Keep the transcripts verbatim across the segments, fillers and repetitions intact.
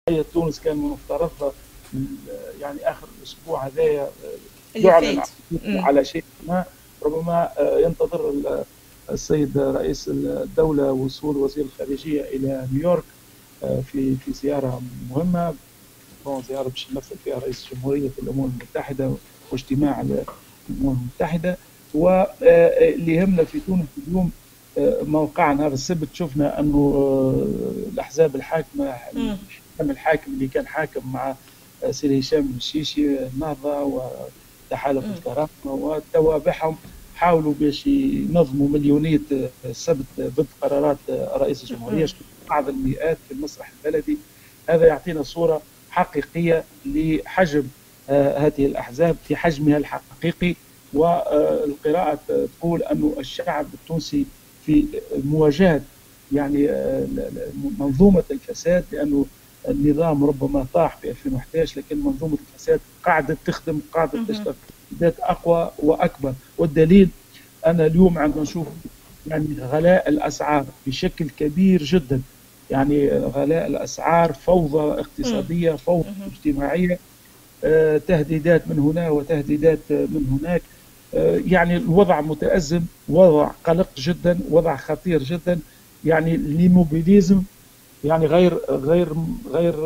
تونس كان من مفترضها يعني اخر الاسبوع هذايا اللي يعلن فات. امم على شيء ما. ربما ينتظر السيد رئيس الدوله وصول وزير الخارجيه الى نيويورك في في زياره مهمه، زياره باش يمثل فيها رئيس الجمهوريه في الامم المتحده واجتماع الامم المتحده. واللي يهمنا في تونس اليوم موقع نهار السبت شفنا انه الاحزاب الحاكمه الحاكم اللي كان حاكم مع سيدي هشام الشيشي النهضه وتحالف الكرامه وتوابعهم حاولوا باش ينظموا مليونيه السبت ضد قرارات رئيس الجمهوريه بعض المئات في المسرح البلدي. هذا يعطينا صوره حقيقيه لحجم هذه الاحزاب في حجمها الحقيقي. والقراءه تقول انه الشعب التونسي في مواجهه يعني منظومه الفساد، لانه النظام ربما طاح في ألفين وأحد عشر لكن منظومه الفساد قاعده تخدم، قاعده تشتغل ذات اقوى واكبر. والدليل انا اليوم عندما نشوف يعني غلاء الاسعار بشكل كبير جدا، يعني غلاء الاسعار، فوضى اقتصاديه، فوضى اجتماعيه، تهديدات من هنا وتهديدات من هناك. يعني الوضع متأزم، وضع قلق جدا، وضع خطير جدا. يعني ليموبيليزم يعني غير غير غير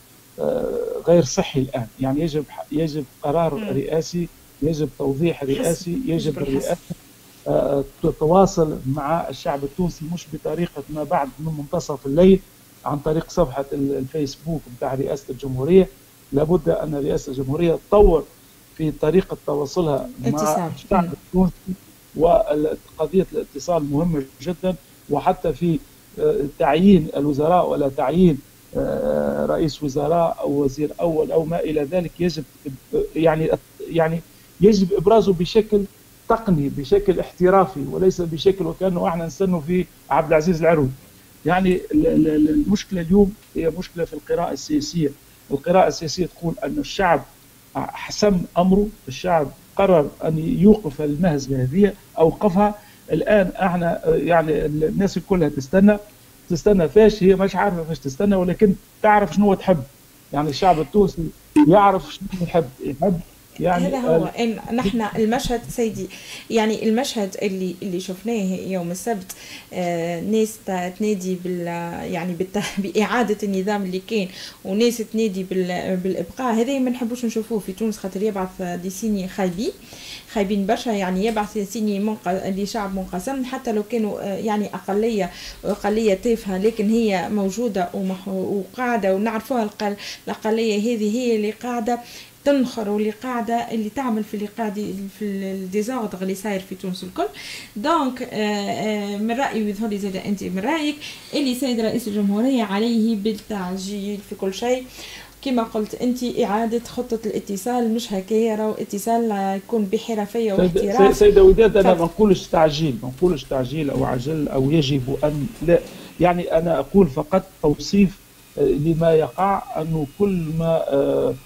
غير صحي الان. يعني يجب يجب قرار رئاسي، يجب توضيح رئاسي، يجب الرئاسه تتواصل مع الشعب التونسي، مش بطريقه ما بعد من منتصف الليل عن طريق صفحه الفيسبوك بتاع رئاسه الجمهوريه. لابد ان رئاسه الجمهوريه تطور في طريقه تواصلها مع الشعب التونسي، وقضيه الاتصال مهمه جدا. وحتى في تعيين الوزراء ولا تعيين رئيس وزراء او وزير اول او ما الى ذلك، يجب يعني يعني يجب ابرازه بشكل تقني، بشكل احترافي، وليس بشكل وكانه احنا نستنوا في عبد العزيز العروي. يعني المشكله اليوم هي مشكله في القراءه السياسيه. القراءه السياسيه تقول ان الشعب حسم امره، الشعب قرر ان يوقف المهزله هذه، اوقفها. الان احنا يعني الناس كلها تستنى تستنى فاش، هي مش عارفه فاش تستنى، ولكن تعرف شنو تحب. يعني الشعب التونسي يعرف شنو يحب يحب يعني هذا هو إن نحن المشهد سيدي، يعني المشهد اللي اللي شفناه يوم السبت، آه ناس تنادي بال يعني بإعادة النظام اللي كان، وناس تنادي بال بالإبقاء. هذا ما نحبوش نشوفوه في تونس، خاطر يبعث دي سيني خايبين خايبين برشا. يعني يبعث سيني منق... لشعب منقسم، حتى لو كانوا يعني أقلية أقلية تافهة، لكن هي موجودة ومح... وقاعدة، ونعرفوها القل... الأقلية هذه هي اللي قاعدة تنخر، واللي قاعده اللي تعمل في اللي قاعد في الديزوردر اللي صاير في تونس الكل. دونك من رايي، ويظهر لي زاد انت من رايك، اللي سيد رئيس الجمهوريه عليه بالتعجيل في كل شيء. كما قلت انت، اعاده خطه الاتصال، مش هكايا راهو اتصال يكون بحرفيه واحتراف. سيده وداد، انا ما نقولش تعجيل، ما نقولش تعجيل او عجل او يجب ان لا. يعني انا اقول فقط توصيف لما يقع، انه كل ما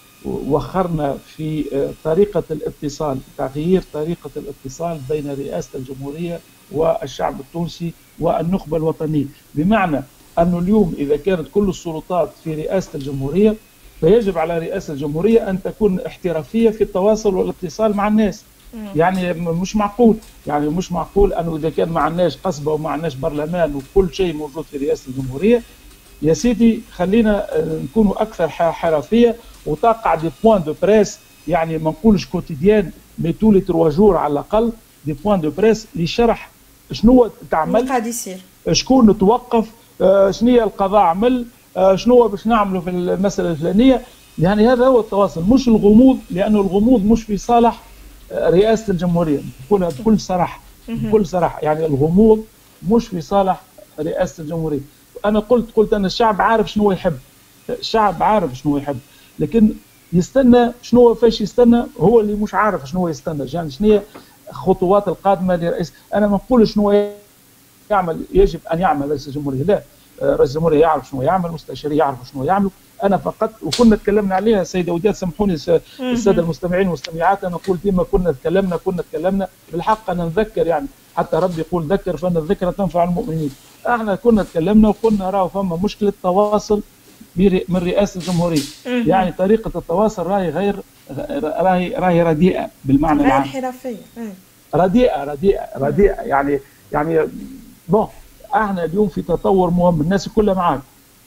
وخرنا في طريقة الاتصال، تغيير طريقة الاتصال بين رئاسة الجمهورية والشعب التونسي والنخبة الوطنية. بمعنى أنه اليوم إذا كانت كل السلطات في رئاسة الجمهورية، فيجب على رئاسة الجمهورية أن تكون احترافية في التواصل والاتصال مع الناس. يعني مش معقول، يعني مش معقول أنه إذا كان ما عندناش قصبة وما عندناش برلمان وكل شيء موجود في رئاسة الجمهورية، يا سيدي خلينا نكونوا أكثر حرفية وتقع دي بوان دو بريس، يعني ما نقولش كوتيديان مي تو لي تروا جور على الاقل، دي بوان دو بريس لشرح شنو تعمل، قاعد يصير، شكون توقف، آه شنو هي القضاء عمل، آه شنو باش نعملوا في المساله الفلانيه. يعني هذا هو التواصل، مش الغموض، لانه الغموض مش في صالح رئاسه الجمهوريه. نقولها بكل صراحه، بكل صراحه، يعني الغموض مش في صالح رئاسه الجمهوريه. انا قلت قلت ان الشعب عارف شنو يحب، الشعب عارف شنو يحب، لكن يستنى شنو فاش يستنى، هو اللي مش عارف شنو يستنى. يعني شنو هي الخطوات القادمه لرئيس. انا ما نقولش شنو يعمل، يجب ان يعمل رئيس الجمهوريه، لا، رئيس الجمهوريه يعرف شنو يعمل، مستشاري يعرفوا شنو يعملوا. انا فقط، وكنا تكلمنا عليها سيده وداد، سامحوني الساده المستمعين والمستمعات، انا نقول ديما كنا تكلمنا كنا تكلمنا بالحق. انا نذكر، يعني حتى ربي يقول ذكر فان الذكرى تنفع المؤمنين. احنا كنا تكلمنا وقلنا راهو فما مشكله تواصل من رئاسه الجمهوريه. يعني طريقه التواصل راهي غير راهي راهي رديئه بالمعنى العام، غير حرفيه، رديئه رديئه رديئه يعني يعني بون احنا اليوم في تطور مهم، الناس كلها معاك.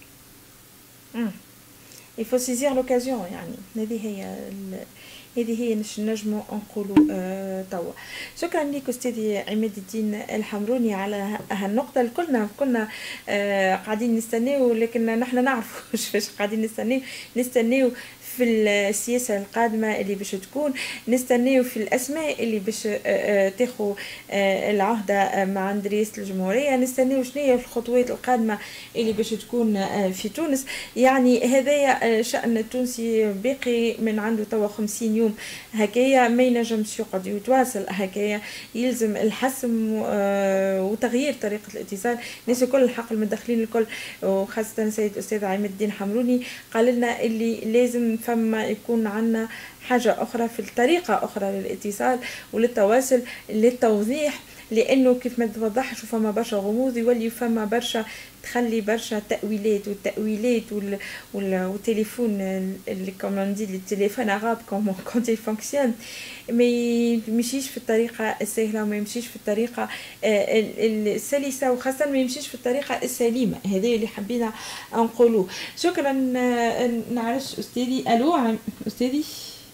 il faut saisir l'occasion يعني هذه هي هذه هي نجمو نقولوا آه توا. شكرا لك استاذي عماد الدين الحمروني على هالنقطه. كلنا كنا آه قاعدين نستناو، لكن نحن نعرفوا واش قاعدين نستناو نستناو في السياسة القادمة اللي باش تكون، نستناو في الأسماء اللي باش تاخو العهدة مع عند رئاسة الجمهورية، نستناو شنو هي الخطوات القادمة اللي باش تكون في تونس. يعني هذايا شأن التونسي باقي من عنده توا خمسين يوم هكايا، ما ينجمش يقعد يتواصل هكايا، يلزم الحسم وتغيير طريقة الاتصال. الناس الكل الحق المدخلين الكل، وخاصة سيد أستاذ عماد الدين حمروني قال لنا اللي لازم فما يكون عنا حاجة أخرى في الطريقة أخرى للاتصال وللتواصل للتوضيح، لأنه كيف ما توضحش فما برشا غموض، يولي فما برشا تخلي برشا تأويلات والتأويلات وال والتليفون اللي كمان دي التليفون عرب كومون كونت يفونكسيون ما يمشيش في الطريقة السهلة وما يمشيش في الطريقة السلسة، وخاصة ما يمشيش في الطريقة السليمة. هذا اللي حبينا نقولوه. شكرا. نعرفش أستاذي. ألو أستاذي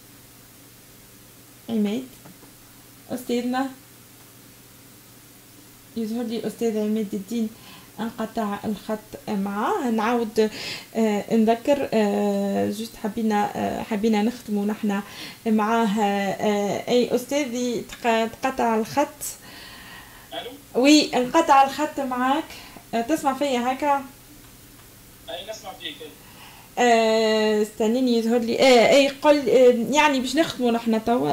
عماد، أستاذنا يظهر لي أستاذ عماد الدين انقطع الخط معاه. نعاود آه نذكر آه جوست حبينا آه حبينا نختموا نحن معاه. آه اي استاذي تقطع الخط. الو وي انقطع الخط معاك. آه تسمع فيا هكا؟ اي نسمع فيك. آه استنيني يظهر لي آه اي قل آه يعني باش نختموا نحن توا.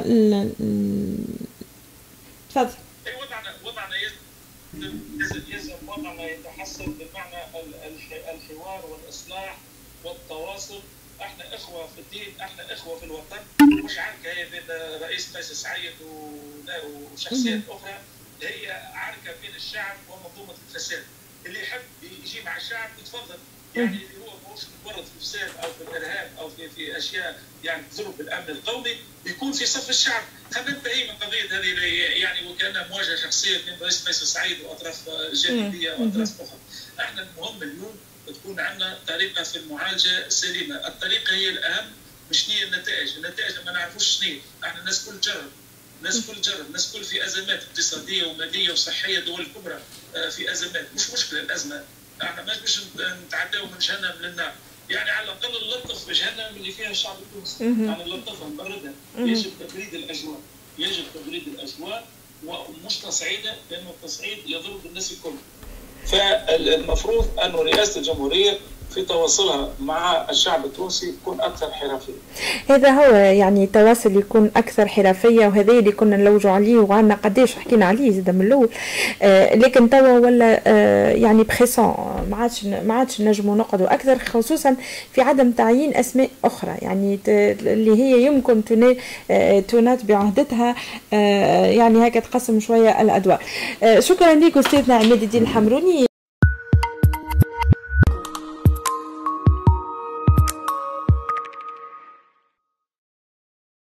تفضل. اي وضعنا وضعنا يلزم وضعنا يتحسن بمعنى الحوار والاصلاح والتواصل. احنا اخوه في الدين، احنا اخوه في الوطن، مش عركه هي بين رئيس قيس سعيد وشخصيات اخرى، هي عركه بين الشعب ومنظومه الفساد. اللي يحب يجي مع الشعب يتفضل، يعني اللي هو ماهوش متورط في الفساد او في الارهاب او في في اشياء يعني تضر بالامن القومي، يكون في صف الشعب. خلينا ننتهي من قضيه هذه يعني وكانها مواجهه شخصيه بين رئيس قيس سعيد واطراف جانبيه واطراف اخرى. احنا المهم اليوم تكون عندنا طريقه في المعالجه سليمه، الطريقه هي الاهم، مش هي النتائج، النتائج ما نعرفوش شنو. احنا الناس كل تجرب، الناس كل تجرب، الناس كل في ازمات اقتصاديه وماليه وصحيه، دول كبرى في ازمات، مش مشكله الازمه. احنا ما باش نتعداو من جهنم للنار، يعني على الاقل نلطف جهنم اللي فيها الشعب التونسي، يعني نلطفها نبردها. يجب تبريد الاجواء، يجب تبريد الاجواء ومش تصعيدها، لانه التصعيد يضر بالناس الكل. فالمفروض أن رئاسة الجمهورية في تواصلها مع الشعب التونسي يكون أكثر حرفية. هذا هو يعني تواصل يكون أكثر حرفية، وهذا اللي كنا نلوجوا عليه وعنا قديش حكينا عليه زاد من الأول. آه لكن توا ولا آه يعني بخيسون ما عادش ما عادش نجموا نقعدوا أكثر، خصوصا في عدم تعيين أسماء أخرى يعني اللي هي يمكن آه تونات بعهدتها آه يعني هكا تقسم شوية الأدوار. آه شكرا لك أستاذنا عماد الدين الحمروني.